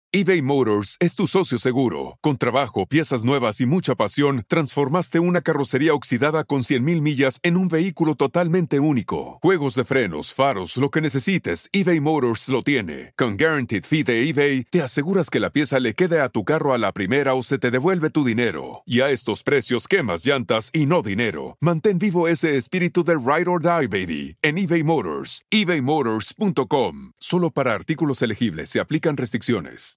eBay Motors es tu socio seguro. Con trabajo, piezas nuevas y mucha pasión, transformaste una carrocería oxidada con 100,000 millas en un vehículo totalmente único. Juegos de frenos, faros, lo que necesites, eBay Motors lo tiene. Con Guaranteed Fee de eBay, te aseguras que la pieza le quede a tu carro a la primera o se te devuelve tu dinero. Y a estos precios, quemas llantas y no dinero. Mantén vivo ese espíritu de Ride or Die, baby, en eBay Motors. ebaymotors.com. Solo para artículos elegibles se aplican restricciones.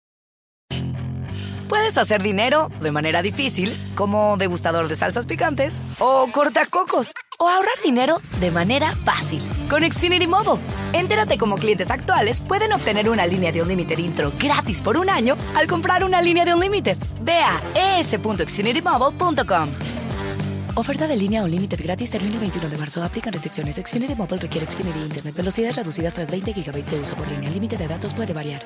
Puedes hacer dinero de manera difícil, como degustador de salsas picantes, o cortacocos, o ahorrar dinero de manera fácil con Xfinity Mobile. Entérate cómo clientes actuales pueden obtener una línea de Unlimited intro gratis por un año al comprar una línea de Unlimited. Ve a es.xfinitymobile.com. Oferta de línea Unlimited gratis termina el 21 de marzo. Aplican restricciones. Xfinity Mobile requiere Xfinity Internet. Velocidades reducidas tras 20 GB de uso por línea. El límite de datos puede variar.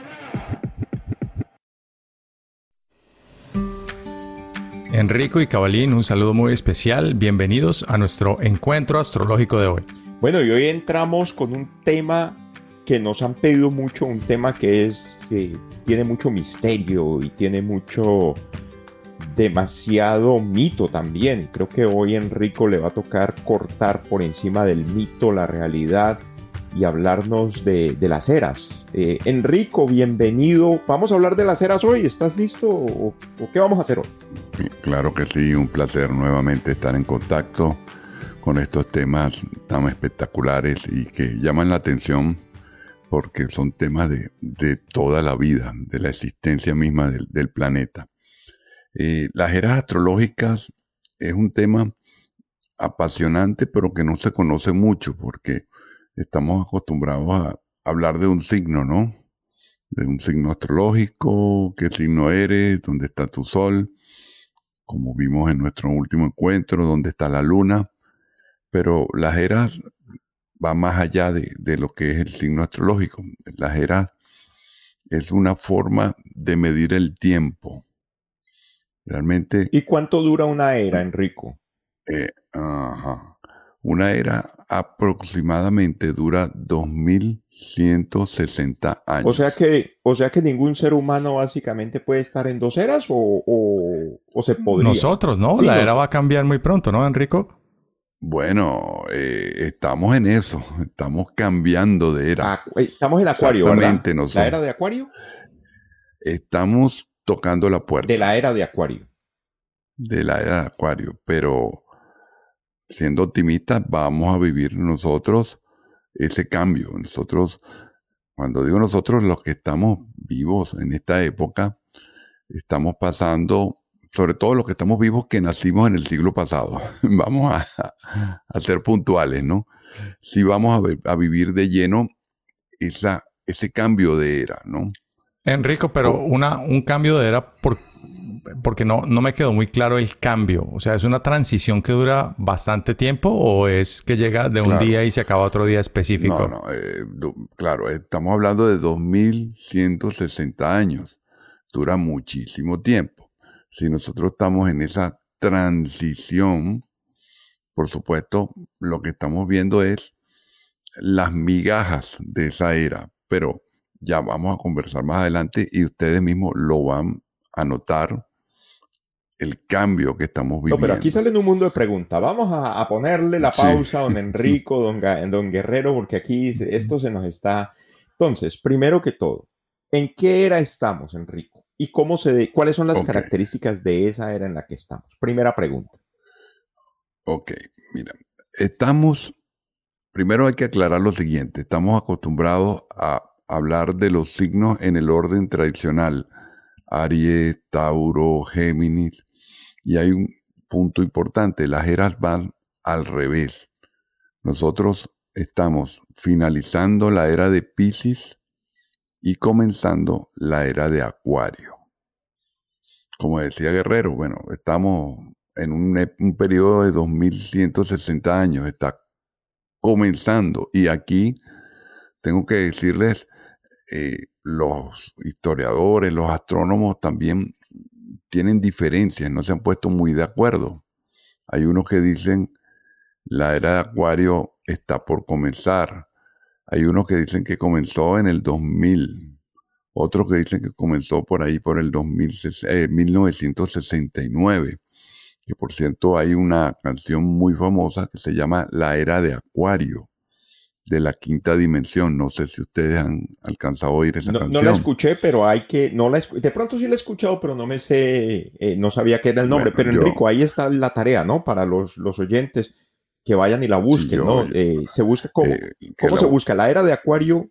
Enrico y Cabalín, un saludo muy especial. Bienvenidos a nuestro encuentro astrológico de hoy. Bueno, y hoy entramos con un tema que nos han pedido mucho, un tema que tiene mucho misterio y tiene demasiado mito también. Y creo que hoy Enrico le va a tocar cortar por encima del mito la realidad y hablarnos de las eras. Enrico, bienvenido. ¿Vamos a hablar de las eras hoy? ¿Estás listo o qué vamos a hacer hoy? Claro que sí, un placer nuevamente estar en contacto con estos temas tan espectaculares y que llaman la atención porque son temas de toda la vida, de la existencia misma del planeta. Las eras astrológicas es un tema apasionante, pero que no se conoce mucho porque estamos acostumbrados a hablar de un signo, ¿no? De un signo astrológico, qué signo eres, dónde está tu sol, como vimos en nuestro último encuentro, dónde está la luna. Pero las eras van más allá de lo que es el signo astrológico. Las eras es una forma de medir el tiempo. Realmente. ¿Y cuánto dura una era, Enrico? Una era aproximadamente dura 2160 años. O sea que ningún ser humano básicamente puede estar en dos eras o se podría. Nosotros, ¿no? Sí, la era va a cambiar muy pronto, ¿no, Enrico? Bueno, estamos en eso. Estamos cambiando de era. Estamos en Acuario, ¿verdad? Nosotros. ¿La era de Acuario? Estamos tocando la puerta. De la era de Acuario. De la era de Acuario, pero siendo optimistas, vamos a vivir nosotros ese cambio. Nosotros, cuando digo nosotros, los que estamos vivos en esta época, estamos pasando, sobre todo los que estamos vivos que nacimos en el siglo pasado. Vamos a ser puntuales, ¿no? Sí vamos a vivir de lleno ese cambio de era, ¿no? Enrico, pero un cambio de era porque no me quedó muy claro el cambio. O sea, ¿es una transición que dura bastante tiempo o es que llega de un día y se acaba otro día específico? Claro, estamos hablando de 2160 años. Dura muchísimo tiempo. Si nosotros estamos en esa transición, por supuesto, lo que estamos viendo es las migajas de esa era, pero ya vamos a conversar más adelante y ustedes mismos lo van a notar, el cambio que estamos viviendo. No, pero aquí sale en un mundo de preguntas. Vamos a ponerle la pausa a don Enrico, don Guerrero, porque aquí esto se nos está... Entonces, primero que todo, ¿en qué era estamos, Enrico? ¿Y cuáles son las características de esa era en la que estamos? Primera pregunta. Ok, mira, primero hay que aclarar lo siguiente. Estamos acostumbrados a hablar de los signos en el orden tradicional. Aries, Tauro, Géminis. Y hay un punto importante, las eras van al revés. Nosotros estamos finalizando la era de Piscis y comenzando la era de Acuario. Como decía Guerrero, bueno, estamos en un periodo de 2160 años, está comenzando. Y aquí tengo que decirles, los historiadores, los astrónomos también tienen diferencias, no se han puesto muy de acuerdo. Hay unos que dicen la era de Acuario está por comenzar. Hay unos que dicen que comenzó en el 2000. Otro que dicen que comenzó por ahí por el 1969, que por cierto hay una canción muy famosa que se llama La Era de Acuario, de la Quinta Dimensión. No sé si ustedes han alcanzado a oír esa canción. No la escuché, pero de pronto sí la he escuchado, pero no me sé, no sabía qué era el nombre. Pero Enrico, ahí está la tarea, ¿no? Para los oyentes que vayan y la busquen, ¿no? Se busca, ¿cómo se busca? La Era de Acuario,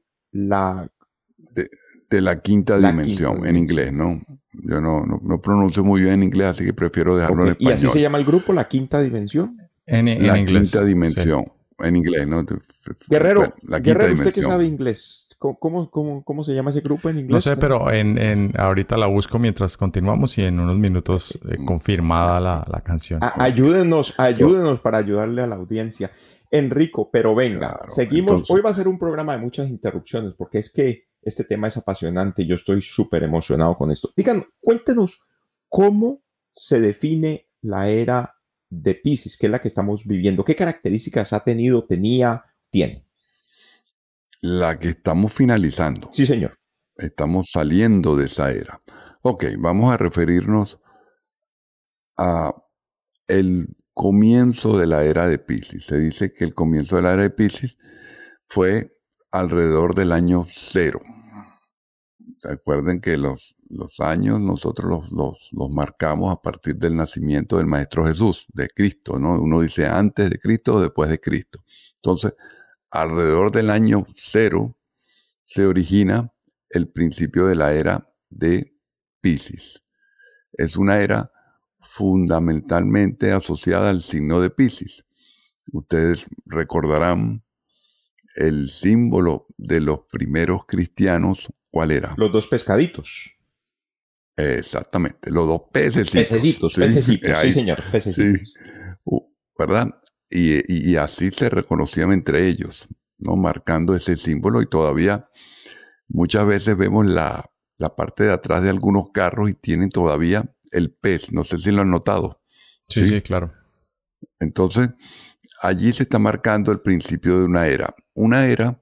de la quinta dimensión, en inglés, ¿no? Yo no pronuncio muy bien en inglés, así que prefiero dejarlo en español. ¿Y así se llama el grupo, La Quinta Dimensión? En inglés. Quinta Dimensión, sí. En inglés, ¿no? Guerrero, ¿usted que sabe inglés? ¿Cómo se llama ese grupo en inglés? No sé, pero ahorita la busco mientras continuamos y en unos minutos confirmada la canción. Ayúdenos para ayudarle a la audiencia. Enrico, pero venga, claro, seguimos. Entonces, hoy va a ser un programa de muchas interrupciones porque es que este tema es apasionante y yo estoy súper emocionado con esto. Cuéntenos cómo se define la era de Piscis, que es la que estamos viviendo. ¿Qué características ha tenido, tiene? La que estamos finalizando. Sí, señor. Estamos saliendo de esa era. Ok, vamos a referirnos a el comienzo de la era de Piscis. Se dice que el comienzo de la era de Piscis fue alrededor del año 0. Recuerden que los años nosotros los marcamos a partir del nacimiento del Maestro Jesús, de Cristo, ¿no? Uno dice antes de Cristo o después de Cristo. Entonces, alrededor del año 0 se origina el principio de la era de Piscis. Es una era fundamentalmente asociada al signo de Piscis. Ustedes recordarán el símbolo de los primeros cristianos, ¿cuál era? Los 2 pescaditos. Exactamente, los 2 pececitos. Pececitos, sí señor, pececitos. Sí. ¿Verdad? Y así se reconocían entre ellos, ¿no? Marcando ese símbolo, y todavía muchas veces vemos la parte de atrás de algunos carros y tienen todavía el pez. No sé si lo han notado. Sí, claro. Entonces, allí se está marcando el principio de una era. Una era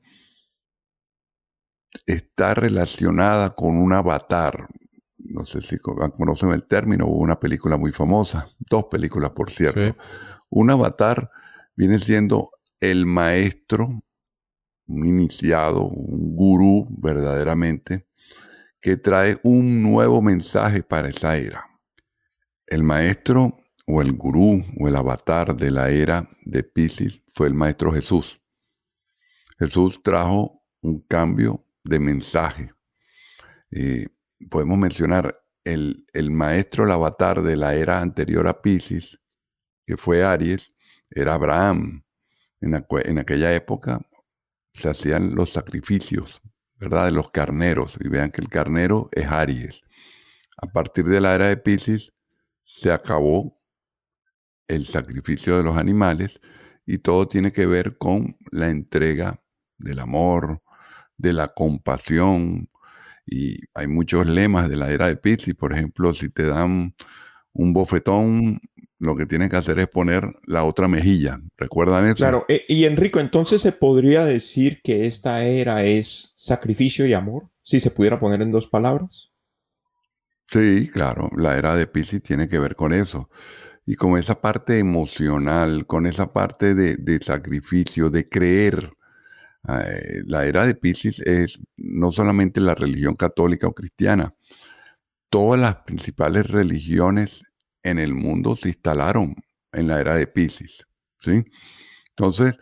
está relacionada con un avatar. No sé si conocen el término, hubo una película muy famosa, 2 películas, por cierto. Sí. Un avatar viene siendo el maestro, un iniciado, un gurú verdaderamente, que trae un nuevo mensaje para esa era. El maestro o el gurú o el avatar de la era de Piscis fue el Maestro Jesús. Jesús trajo un cambio de mensaje. Podemos mencionar el maestro, el avatar de la era anterior a Piscis, que fue Aries, era Abraham. En aquella época se hacían los sacrificios, ¿verdad?, de los carneros. Y vean que el carnero es Aries. A partir de la era de Piscis se acabó el sacrificio de los animales y todo tiene que ver con la entrega del amor, de la compasión. Y hay muchos lemas de la era de Piscis. Por ejemplo, si te dan un bofetón, lo que tienes que hacer es poner la otra mejilla. ¿Recuerdan eso? Claro. Y Enrico, entonces se podría decir que esta era es sacrificio y amor, si se pudiera poner en 2 palabras. Sí, claro. La era de Piscis tiene que ver con eso. Y con esa parte emocional, con esa parte de sacrificio, de creer. La era de Piscis es no solamente la religión católica o cristiana. Todas las principales religiones en el mundo se instalaron en la era de Piscis, ¿sí? Entonces,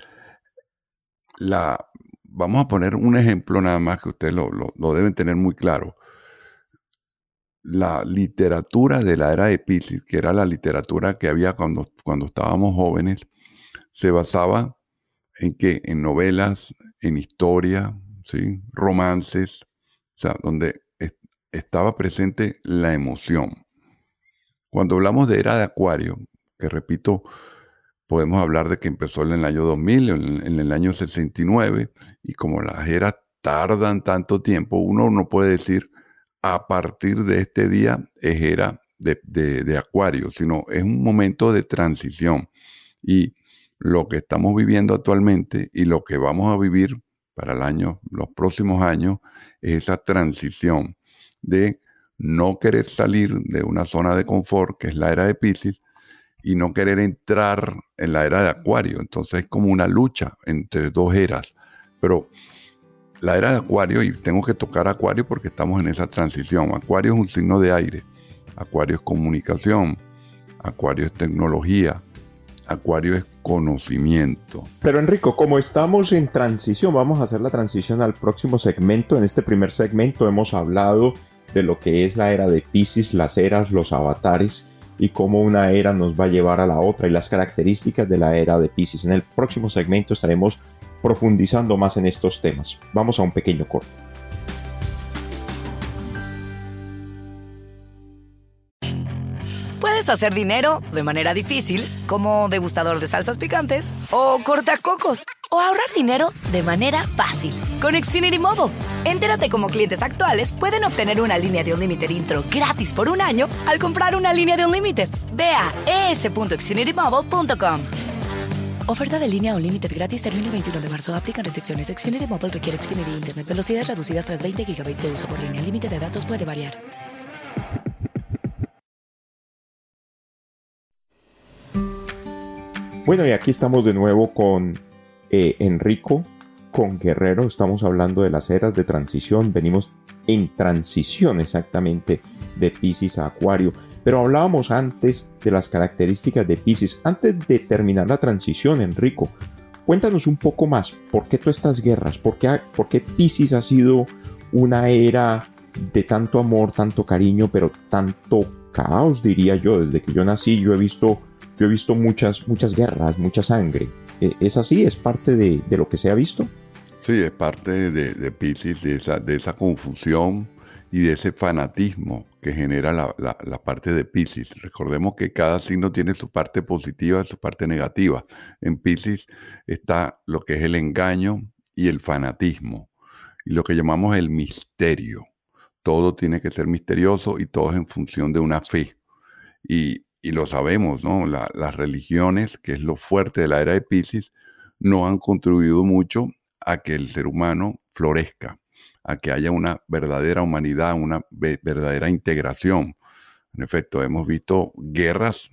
vamos a poner un ejemplo nada más que ustedes lo deben tener muy claro. La literatura de la era de Piscis, que era la literatura que había cuando estábamos jóvenes, se basaba en ¿qué? En novelas, en historia, ¿sí? Romances, o sea, donde estaba presente la emoción. Cuando hablamos de era de Acuario, que repito, podemos hablar de que empezó en el año 2000, en el año 69, y como las eras tardan tanto tiempo, uno no puede decir a partir de este día es era de Acuario, sino es un momento de transición. Y lo que estamos viviendo actualmente y lo que vamos a vivir para los próximos años, es esa transición de no querer salir de una zona de confort, que es la era de Piscis, y no querer entrar en la era de Acuario. Entonces es como una lucha entre dos eras. Pero la era de Acuario, y tengo que tocar Acuario porque estamos en esa transición. Acuario es un signo de aire. Acuario es comunicación. Acuario es tecnología. Acuario es conocimiento. Pero Enrico, como estamos en transición, vamos a hacer la transición al próximo segmento. En este primer segmento hemos hablado de lo que es la era de Piscis, las eras, los avatares y cómo una era nos va a llevar a la otra y las características de la era de Piscis. En el próximo segmento estaremos profundizando más en estos temas. Vamos a un pequeño corte. Puedes hacer dinero de manera difícil, como degustador de salsas picantes, o cortacocos, o ahorrar dinero de manera fácil con Xfinity Mobile. Entérate cómo clientes actuales pueden obtener una línea de Unlimited intro gratis por un año al comprar una línea de Unlimited. Ve a es.xfinitymobile.com. Oferta de línea Unlimited gratis termina el 21 de marzo. Aplican restricciones. Xfinity Mobile requiere Xfinity Internet. Velocidades reducidas tras 20 GB de uso por línea. El límite de datos puede variar. Bueno, y aquí estamos de nuevo con Enrico, con Guerrero. Estamos hablando de las eras de transición. Venimos en transición exactamente de Piscis a Acuario. Pero hablábamos antes de las características de Piscis. Antes de terminar la transición, Enrico, cuéntanos un poco más. ¿Por qué todas estas guerras? ¿Por qué Piscis ha sido una era de tanto amor, tanto cariño, pero tanto caos, diría yo? Desde que yo nací, yo he visto muchas guerras, mucha sangre. ¿Es así? ¿Es parte de lo que se ha visto? Sí, es parte de Piscis, de esa confusión y de ese fanatismo que genera la parte de Piscis. Recordemos que cada signo tiene su parte positiva y su parte negativa. En Piscis está lo que es el engaño y el fanatismo, y lo que llamamos el misterio. Todo tiene que ser misterioso y todo es en función de una fe. Y lo sabemos, ¿no? Las religiones, que es lo fuerte de la era de Piscis, no han contribuido mucho a que el ser humano florezca, a que haya una verdadera humanidad, una verdadera integración. En efecto, hemos visto guerras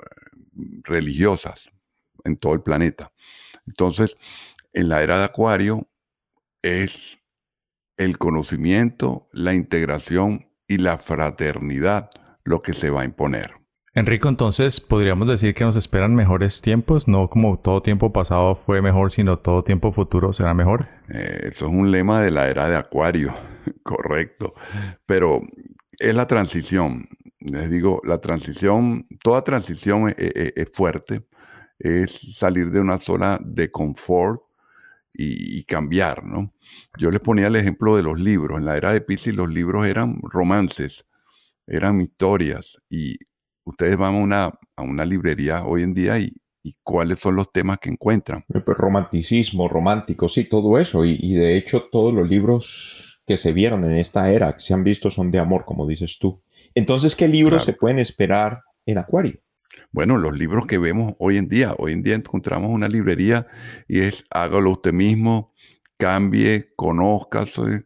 religiosas en todo el planeta. Entonces, en la era de Acuario es el conocimiento, la integración y la fraternidad lo que se va a imponer. Enrico, entonces, ¿podríamos decir que nos esperan mejores tiempos? No como todo tiempo pasado fue mejor, sino todo tiempo futuro será mejor. Eso es un lema de la era de Acuario, correcto. Pero es la transición. Les digo, toda transición es fuerte. Es salir de una zona de confort y cambiar, ¿no? Yo les ponía el ejemplo de los libros. En la era de Piscis los libros eran romances, eran historias, y ustedes van a una librería hoy en día y ¿cuáles son los temas que encuentran? Pues romanticismo, romántico, sí, todo eso. Y de hecho todos los libros que se vieron en esta era, que se han visto, son de amor, como dices tú. Entonces, ¿qué libros se pueden esperar en Acuario? Bueno, los libros que vemos hoy en día encontramos una librería y es hágalo usted mismo, cambie, conózcase,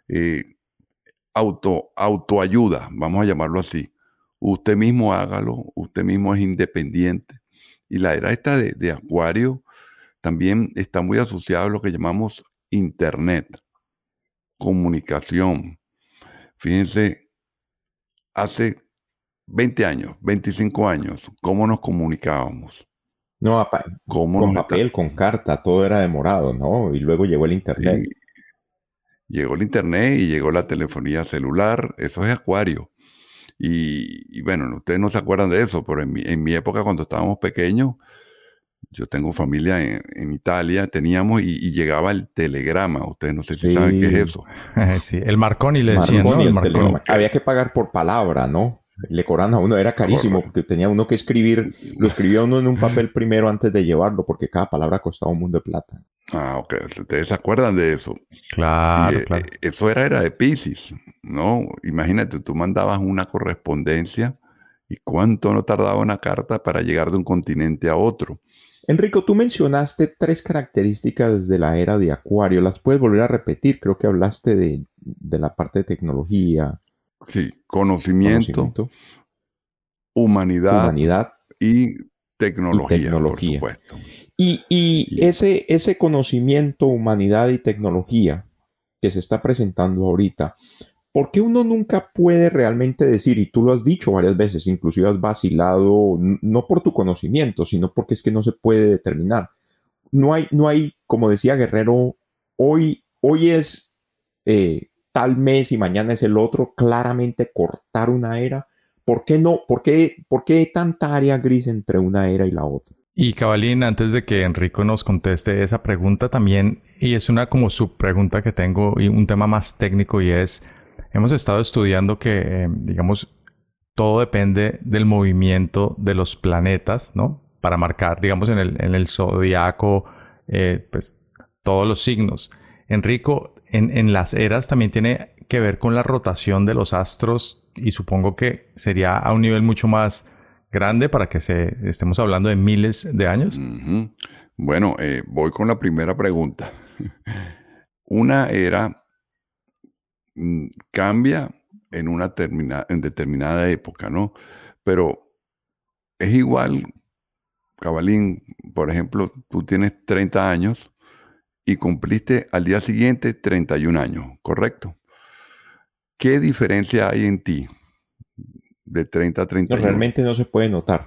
autoayuda, vamos a llamarlo así. Usted mismo hágalo, usted mismo es independiente. Y la era esta de Acuario también está muy asociada a lo que llamamos Internet, comunicación. Fíjense, hace 20 años, 25 años, ¿cómo nos comunicábamos? No, con papel, con carta, todo era demorado, ¿no? Y luego llegó el Internet. Sí, llegó el Internet y llegó la telefonía celular, eso es Acuario. Y bueno, ustedes no se acuerdan de eso, pero en mi época, cuando estábamos pequeños, yo tengo familia en Italia, teníamos y llegaba el telegrama. Ustedes no sé si saben qué es eso. Sí, el Marconi le decían, ¿no? El Marconi. Había que pagar por palabra, ¿no? Le cobraban a uno, era carísimo. Correcto. Porque tenía uno que escribir, lo escribía uno en un papel primero antes de llevarlo, porque cada palabra costaba un mundo de plata. Ah, ok. ¿Ustedes se acuerdan de eso? Claro, claro. Eso era de Piscis, ¿no? Imagínate, tú mandabas una correspondencia y cuánto no tardaba una carta para llegar de un continente a otro. Enrico, tú mencionaste 3 características de la era de Acuario. ¿Las puedes volver a repetir? Creo que hablaste de la parte de tecnología. Sí, conocimiento, humanidad humanidad y tecnología, por supuesto. Y ese conocimiento, humanidad y tecnología que se está presentando ahorita, ¿por qué uno nunca puede realmente decir, y tú lo has dicho varias veces, inclusive has vacilado, no por tu conocimiento, sino porque es que no se puede determinar? No hay, como decía Guerrero, hoy es tal mes y mañana es el otro, claramente cortar una era. ¿Por qué no? ¿Por qué tanta área gris entre una era y la otra? Y Cabalín, antes de que Enrico nos conteste esa pregunta también, y es una como subpregunta que tengo y un tema más técnico, y es, hemos estado estudiando que, digamos, todo depende del movimiento de los planetas, ¿no? Para marcar, digamos, en el zodiaco, pues, todos los signos. Enrico, en las eras también tiene que ver con la rotación de los astros, y supongo que sería a un nivel mucho más grande para que estemos hablando de miles de años. Uh-huh. Bueno, voy con la primera pregunta. Una era cambia en en determinada época, ¿no? Pero es igual, Cabalín, por ejemplo, tú tienes 30 años y cumpliste al día siguiente 31 años, ¿correcto? ¿Qué diferencia hay en ti de 30 a 31? No, realmente no se puede notar.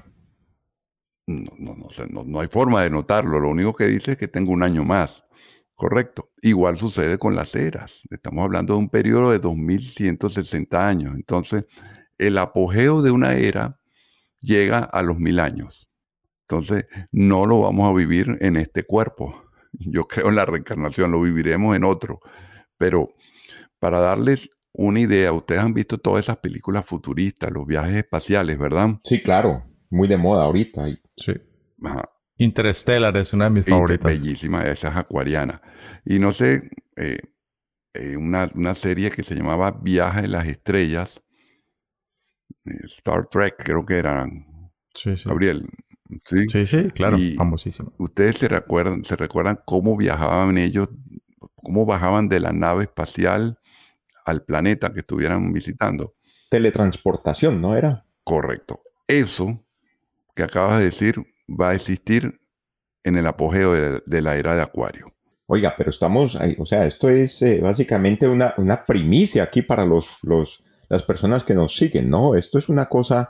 No hay forma de notarlo. Lo único que dice es que tengo un año más. Correcto. Igual sucede con las eras. Estamos hablando de un periodo de 2160 años. Entonces, el apogeo de una era llega a los 1000 años. Entonces, no lo vamos a vivir en este cuerpo. Yo creo en la reencarnación, lo viviremos en otro. Pero para darles una idea, ustedes han visto todas esas películas futuristas, los viajes espaciales, ¿verdad? Sí, claro. Muy de moda ahorita. Sí. Ajá. Interstellar es una de mis favoritas. Bellísima, esa es acuariana. Y no sé, una serie que se llamaba Viaje de las Estrellas, Star Trek creo que eran, sí. Gabriel. Sí, claro, y famosísimo. ¿Ustedes se recuerdan cómo viajaban ellos, cómo bajaban de la nave espacial al planeta que estuvieran visitando? Teletransportación, ¿no era? Correcto. Eso que acabas de decir va a existir en el apogeo de la era de Acuario. Oiga, pero estamos ahí, o sea, esto es básicamente una primicia aquí para las personas que nos siguen, ¿no? Esto es una cosa,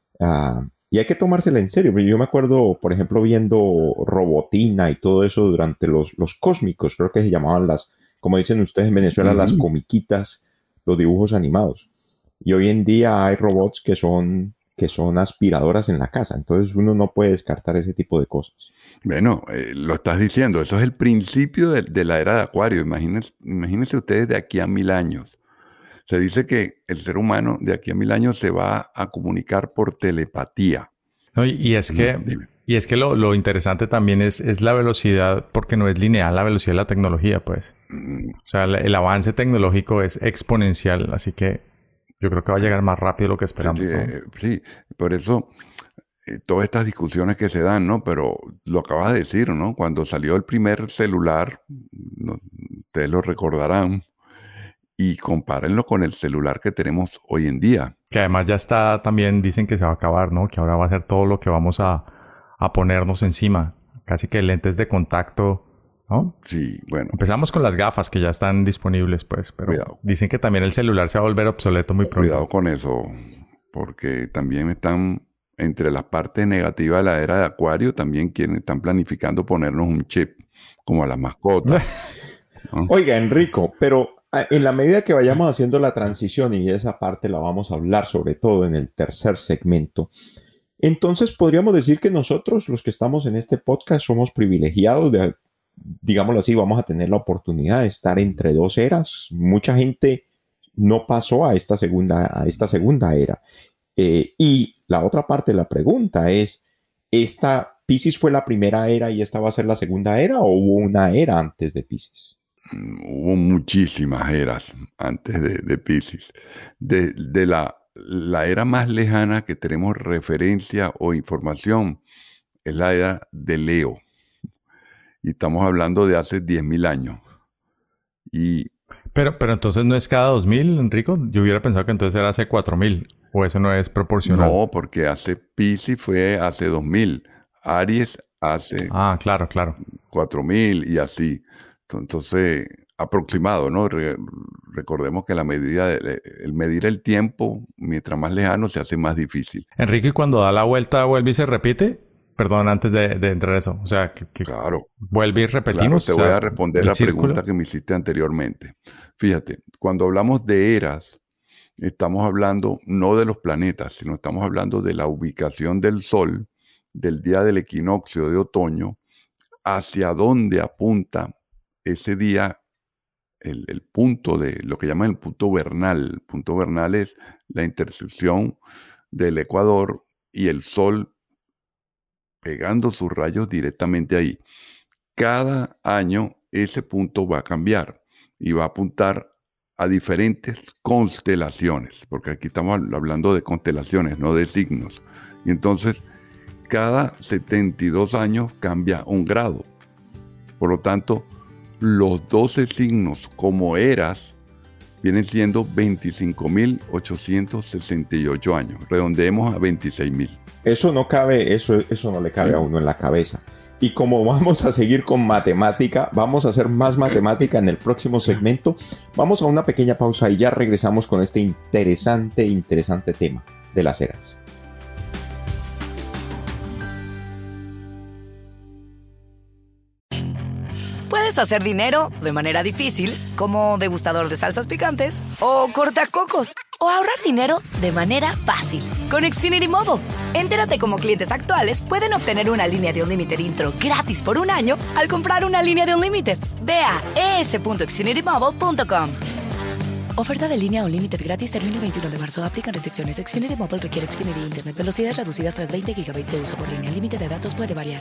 y hay que tomársela en serio. Yo me acuerdo, por ejemplo, viendo Robotina y todo eso durante los cósmicos, creo que se llamaban como dicen ustedes en Venezuela, las comiquitas, los dibujos animados. Y hoy en día hay robots que son aspiradoras en la casa. Entonces uno no puede descartar ese tipo de cosas. Bueno, lo estás diciendo. Eso es el principio de la era de Acuario. Imagínense ustedes de aquí a 1000 años. Se dice que el ser humano de aquí a 1000 años se va a comunicar por telepatía. No, y es que lo interesante también es la velocidad, porque no es lineal la velocidad de la tecnología, pues. O sea, el avance tecnológico es exponencial, así que yo creo que va a llegar más rápido de lo que esperamos. Sí, por eso todas estas discusiones que se dan, ¿no? Pero lo acabas de decir, ¿no? Cuando salió el primer celular, ustedes lo recordarán, y compárenlo con el celular que tenemos hoy en día. Que además ya está, también dicen que se va a acabar, ¿no? Que ahora va a ser todo lo que vamos a ponernos encima. Casi que lentes de contacto, ¿no? Sí, bueno. Empezamos con las gafas que ya están disponibles, pues, pero dicen que también el celular se va a volver obsoleto muy pronto. Cuidado con eso, porque también están entre las partes negativas de la era de Acuario, también quienes están planificando ponernos un chip como a las mascotas. ¿No? Oiga, Enrico, pero en la medida que vayamos haciendo la transición, y esa parte la vamos a hablar sobre todo en el tercer segmento, entonces podríamos decir que nosotros, los que estamos en este podcast, somos privilegiados de, digámoslo así, vamos a tener la oportunidad de estar entre dos eras. Mucha gente no pasó a esta segunda era. Y la otra parte de la pregunta es, ¿Piscis fue la primera era y esta va a ser la segunda era, o hubo una era antes de Piscis? Hubo muchísimas eras antes de Piscis. De la era más lejana que tenemos referencia o información es la era de Leo. Y estamos hablando de hace 10.000 años. Pero entonces no es cada 2000, Enrico. Yo hubiera pensado que entonces era hace 4000. ¿O eso no es proporcional? No, porque hace Piscis fue hace 2000. Aries hace... Claro. 4000 y así. Entonces, aproximado, ¿no? Recordemos que el medir el tiempo, mientras más lejano, se hace más difícil. Enrique, cuando da la vuelta, ¿vuelve y se repite? Perdón, antes de entrar a eso. O sea, que claro. Vuelve y repetimos. Claro, te voy a responder la pregunta que me hiciste anteriormente. Fíjate, cuando hablamos de eras, estamos hablando no de los planetas, sino estamos hablando de la ubicación del Sol, del día del equinoccio de otoño, hacia dónde apunta ese día, el punto de lo que llaman el punto vernal. El punto vernal es la intersección del Ecuador y el Sol pegando sus rayos directamente ahí. Cada año ese punto va a cambiar y va a apuntar a diferentes constelaciones, porque aquí estamos hablando de constelaciones, no de signos. Y entonces, cada 72 años cambia un grado. Por lo tanto, los 12 signos como eras vienen siendo 25.868 años. Redondeemos a 26.000. Eso no cabe, eso no le cabe a uno en la cabeza. Y como vamos a seguir con matemática, vamos a hacer más matemática en el próximo segmento. Vamos a una pequeña pausa y ya regresamos con este interesante tema de las eras. Puedes hacer dinero de manera difícil, como degustador de salsas picantes, o cortacocos, o ahorrar dinero de manera fácil con Xfinity Mobile. Entérate cómo clientes actuales pueden obtener una línea de Unlimited intro gratis por un año al comprar una línea de Unlimited. Ve a es.xfinitymobile.com. Oferta de línea Unlimited gratis termina el 21 de marzo. Aplican restricciones. Xfinity Mobile requiere Xfinity Internet. Velocidades reducidas tras 20 GB de uso por línea. El límite de datos puede variar.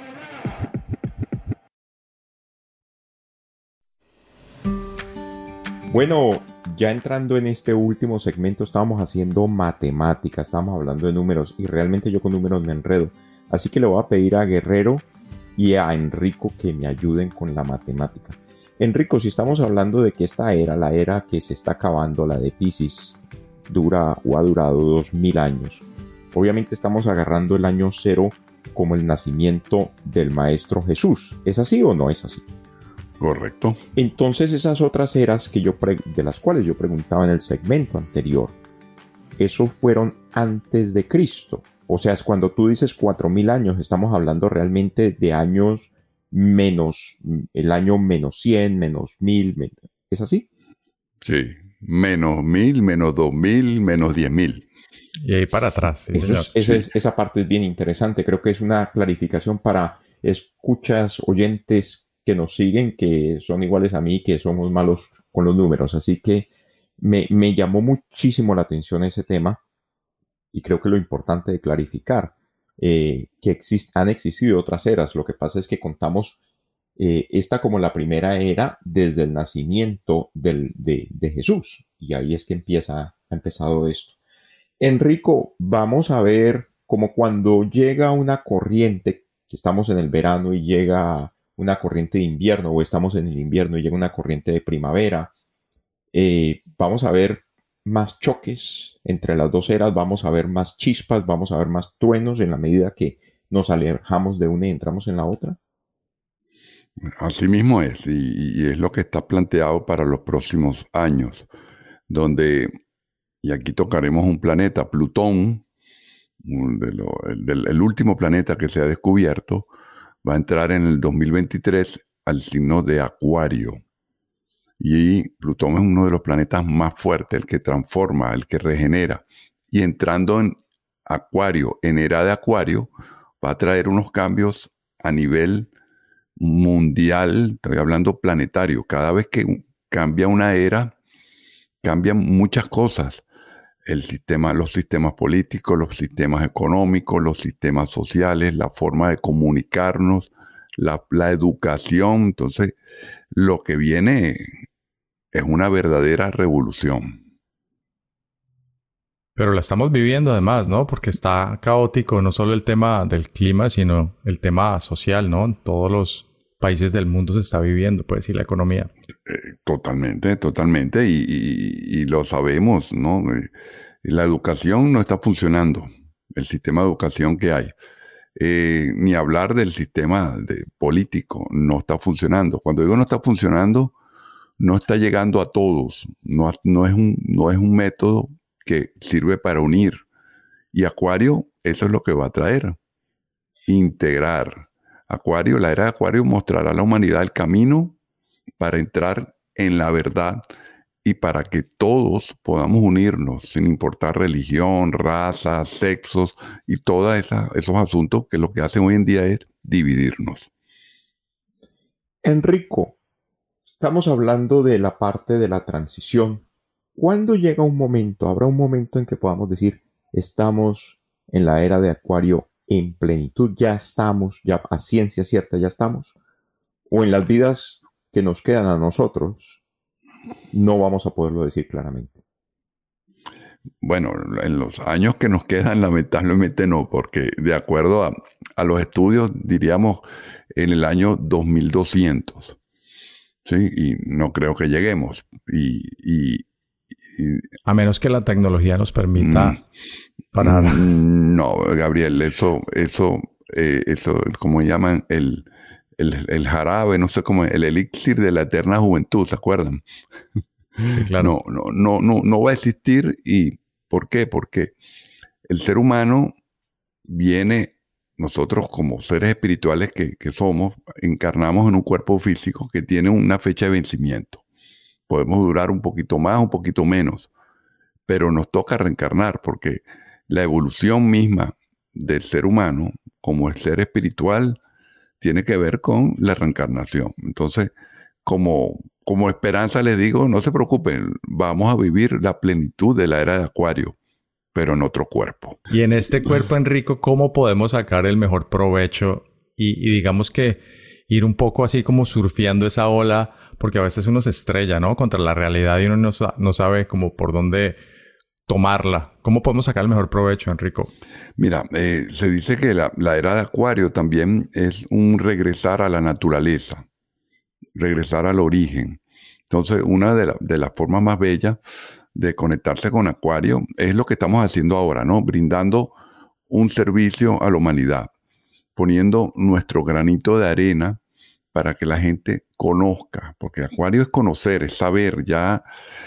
Bueno, ya entrando en este último segmento, estábamos haciendo matemática, estábamos hablando de números y realmente yo con números me enredo. Así que le voy a pedir a Guerrero y a Enrico que me ayuden con la matemática. Enrico, si estamos hablando de que esta era, la era que se está acabando, la de Piscis, dura o ha durado 2000 años. Obviamente estamos agarrando el año 0 como el nacimiento del Maestro Jesús. ¿Es así o no es así? Correcto. Entonces esas otras eras que de las cuales yo preguntaba en el segmento anterior, ¿eso fueron antes de Cristo? O sea, es cuando tú dices 4000 años, estamos hablando realmente de años menos, el año menos 100, menos 1000, ¿es así? Sí, menos 1000, menos 2000, menos 10.000. Y ahí para atrás. Sí, esa parte es bien interesante, creo que es una clarificación para escuchas, oyentes que nos siguen, que son iguales a mí, que somos malos con los números. Así que me llamó muchísimo la atención ese tema y creo que lo importante de clarificar, que han existido otras eras. Lo que pasa es que contamos esta como la primera era desde el nacimiento de Jesús y ahí es que ha empezado esto. Enrico, vamos a ver como cuando llega una corriente, que estamos en el verano y llega una corriente de invierno, o estamos en el invierno y llega una corriente de primavera, vamos a ver más choques entre las dos eras, vamos a ver más chispas, vamos a ver más truenos en la medida que nos alejamos de una y entramos en la otra. Así mismo es, y es lo que está planteado para los próximos años, donde, y aquí tocaremos un planeta, Plutón, el último planeta que se ha descubierto, va a entrar en el 2023 al signo de Acuario. Y Plutón es uno de los planetas más fuertes, el que transforma, el que regenera. Y entrando en Acuario, en era de Acuario, va a traer unos cambios a nivel mundial, estoy hablando planetario. Cada vez que cambia una era, cambian muchas cosas. Los sistemas políticos, los sistemas económicos, los sistemas sociales, la forma de comunicarnos, la educación. Entonces, lo que viene es una verdadera revolución. Pero la estamos viviendo además, ¿no? Porque está caótico no solo el tema del clima, sino el tema social, ¿no? En todos los países del mundo se está viviendo, pues, y la economía. Totalmente, totalmente. Y lo sabemos, ¿no? La educación no está funcionando. El sistema de educación que hay. Ni hablar del sistema político. No está funcionando. Cuando digo no está funcionando, no está llegando a todos. No es un método que sirve para unir. Y Acuario, eso es lo que va a traer. Integrar. Acuario, la era de Acuario mostrará a la humanidad el camino para entrar en la verdad y para que todos podamos unirnos, sin importar religión, raza, sexos y todos esos asuntos que lo que hacen hoy en día es dividirnos. Enrico, estamos hablando de la parte de la transición. ¿Cuándo llega un momento, habrá un momento en que podamos decir, estamos en la era de Acuario en plenitud, ya estamos, ya a ciencia cierta ya estamos? ¿O en las vidas que nos quedan a nosotros no vamos a poderlo decir claramente? Bueno, en los años que nos quedan, lamentablemente no, porque de acuerdo a los estudios, diríamos en el año 2200, ¿sí? Y no creo que lleguemos. A menos que la tecnología nos permita parar. No, Gabriel, eso, como llaman el jarabe, no sé cómo, el elixir de la eterna juventud, ¿se acuerdan? Sí, claro. No va a existir. ¿Y por qué? Porque el ser humano viene, nosotros como seres espirituales que somos, encarnamos en un cuerpo físico que tiene una fecha de vencimiento. Podemos durar un poquito más, un poquito menos, pero nos toca reencarnar porque la evolución misma del ser humano como el ser espiritual tiene que ver con la reencarnación. Entonces, como esperanza les digo, no se preocupen, vamos a vivir la plenitud de la era de Acuario, pero en otro cuerpo. Y en este cuerpo, Enrico, ¿cómo podemos sacar el mejor provecho? Y digamos que ir un poco así como surfeando esa ola, porque a veces uno se estrella, ¿no? Contra la realidad y uno no sabe como por dónde tomarla. ¿Cómo podemos sacar el mejor provecho, Enrico? Mira, se dice que la era de Acuario también es un regresar a la naturaleza, regresar al origen. Entonces, una de las formas más bellas de conectarse con Acuario es lo que estamos haciendo ahora, ¿no? Brindando un servicio a la humanidad, poniendo nuestro granito de arena para que la gente conozca, porque Acuario es conocer, es saber. Ya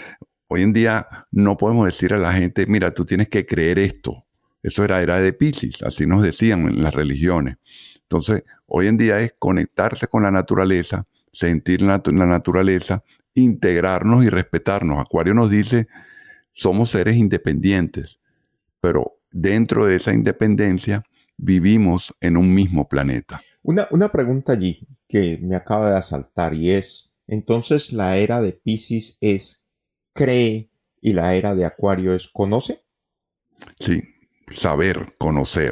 hoy en día no podemos decir a la gente, mira, tú tienes que creer esto. Eso era de Piscis, así nos decían en las religiones. Entonces, hoy en día es conectarse con la naturaleza, sentir la naturaleza, integrarnos y respetarnos. Acuario nos dice, somos seres independientes, pero dentro de esa independencia vivimos en un mismo planeta. Una pregunta allí que me acaba de asaltar y es, entonces la era de Piscis es cree y la era de Acuario es conoce. Sí, saber, conocer,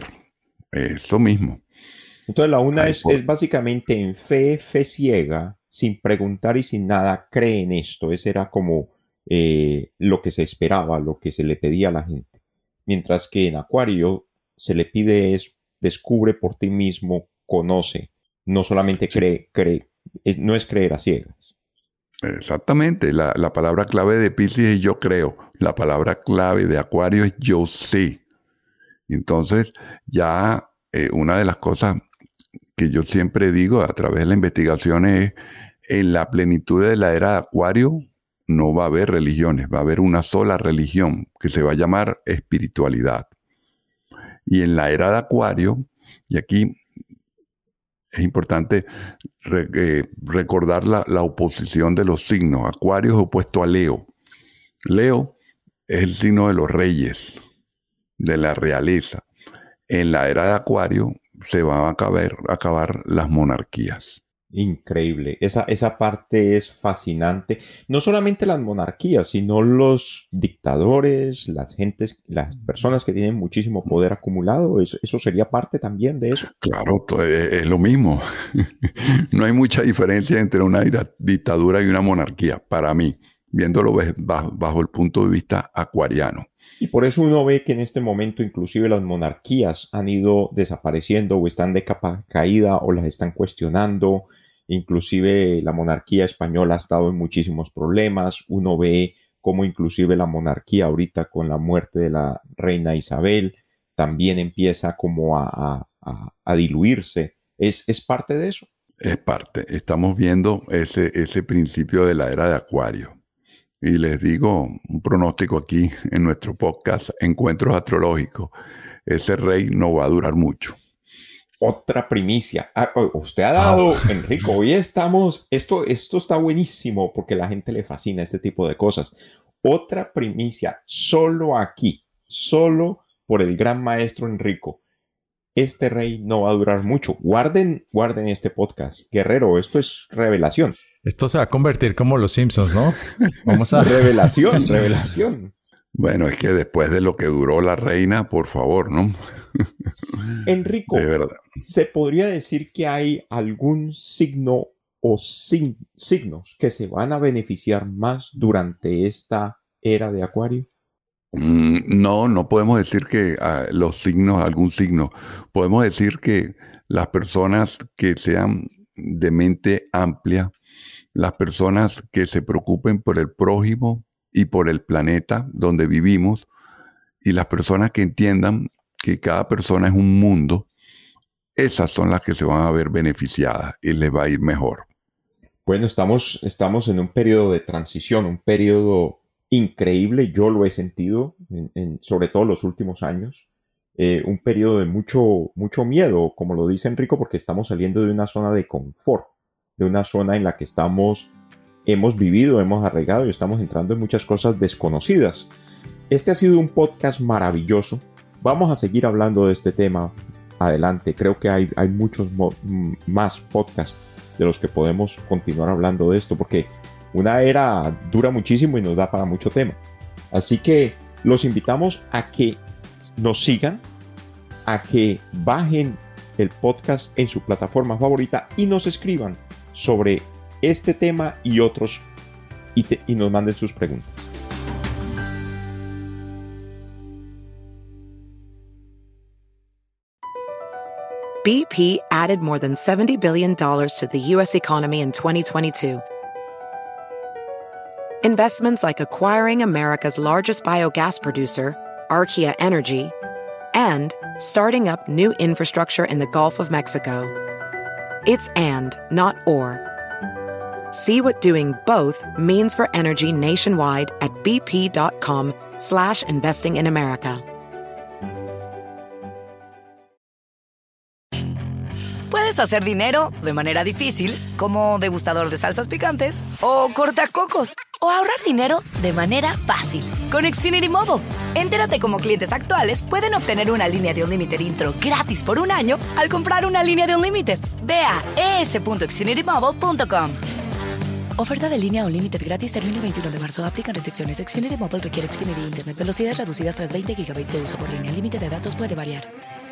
eso mismo. Entonces la una es básicamente en fe ciega, sin preguntar y sin nada, cree en esto. Ese era como lo que se esperaba, lo que se le pedía a la gente. Mientras que en Acuario se le pide es descubre por ti mismo, conoce. No solamente cree, no es creer a ciegas. Exactamente. La palabra clave de Piscis es yo creo. La palabra clave de Acuario es yo sé. Entonces, ya una de las cosas que yo siempre digo a través de la investigación es, en la plenitud de la era de Acuario no va a haber religiones, va a haber una sola religión que se va a llamar espiritualidad. Y en la era de Acuario, y aquí es importante recordar la oposición de los signos. Acuario es opuesto a Leo. Leo es el signo de los reyes, de la realeza. En la era de Acuario se van a acabar las monarquías. Increíble. Esa parte es fascinante. No solamente las monarquías, sino los dictadores, las personas que tienen muchísimo poder acumulado. Eso sería parte también de eso. Claro, es lo mismo. No hay mucha diferencia entre una dictadura y una monarquía, para mí. viéndolo bajo el punto de vista acuariano. Y por eso uno ve que en este momento inclusive las monarquías han ido desapareciendo o están de capa caída o las están cuestionando. Inclusive la monarquía española ha estado en muchísimos problemas. Uno ve cómo inclusive la monarquía ahorita con la muerte de la reina Isabel también empieza como a diluirse. ¿Es parte de eso? Es parte. Estamos viendo ese principio de la era de Acuario. Y les digo un pronóstico aquí en nuestro podcast Encuentros Astrológicos. Ese rey no va a durar mucho. Otra primicia. Usted ha dado, Enrico, hoy estamos, esto está buenísimo porque a la gente le fascina este tipo de cosas. Otra primicia, solo aquí, solo por el gran maestro Enrico. Este rey no va a durar mucho. Guarden este podcast. Guerrero, esto es revelación. Esto se va a convertir como los Simpsons, ¿no? Vamos a... Revelación. Bueno, es que después de lo que duró la reina, por favor, ¿no? Enrico, de verdad. ¿Se podría decir que hay algún signo o signos que se van a beneficiar más durante esta era de Acuario? No podemos decir que los signos, algún signo. Podemos decir que las personas que sean de mente amplia, las personas que se preocupen por el prójimo y por el planeta donde vivimos, y las personas que entiendan que cada persona es un mundo, esas son las que se van a ver beneficiadas y les va a ir mejor. Bueno, estamos en un periodo de transición, un periodo increíble. Yo lo he sentido, sobre todo en los últimos años. Un periodo de mucho miedo, como lo dice Enrico, porque estamos saliendo de una zona de confort, de una zona en la que hemos vivido, hemos arraigado y estamos entrando en muchas cosas desconocidas. Este ha sido un podcast maravilloso. Vamos a seguir hablando de este tema adelante. Creo que hay muchos más podcasts de los que podemos continuar hablando de esto, porque una era dura muchísimo y nos da para mucho tema. Así que los invitamos a que nos sigan, a que bajen el podcast en su plataforma favorita y nos escriban sobre este tema y otros y nos manden sus preguntas. BP added more than $70 billion to the U.S. economy in 2022. Investments like acquiring America's largest biogas producer, Archaea Energy, and starting up new infrastructure in the Gulf of Mexico. It's and, not or. See what doing both means for energy nationwide at bp.com/investing in America. Puedes hacer dinero de manera difícil, como degustador de salsas picantes, o cortacocos, o ahorrar dinero de manera fácil con Xfinity Mobile. Entérate cómo clientes actuales pueden obtener una línea de Unlimited intro gratis por un año al comprar una línea de Unlimited. Ve a es.xfinitymobile.com. Oferta de línea Unlimited gratis termina el 21 de marzo. Aplican restricciones. Xfinity Mobile requiere Xfinity Internet. Velocidades reducidas tras 20 GB de uso por línea. El límite de datos puede variar.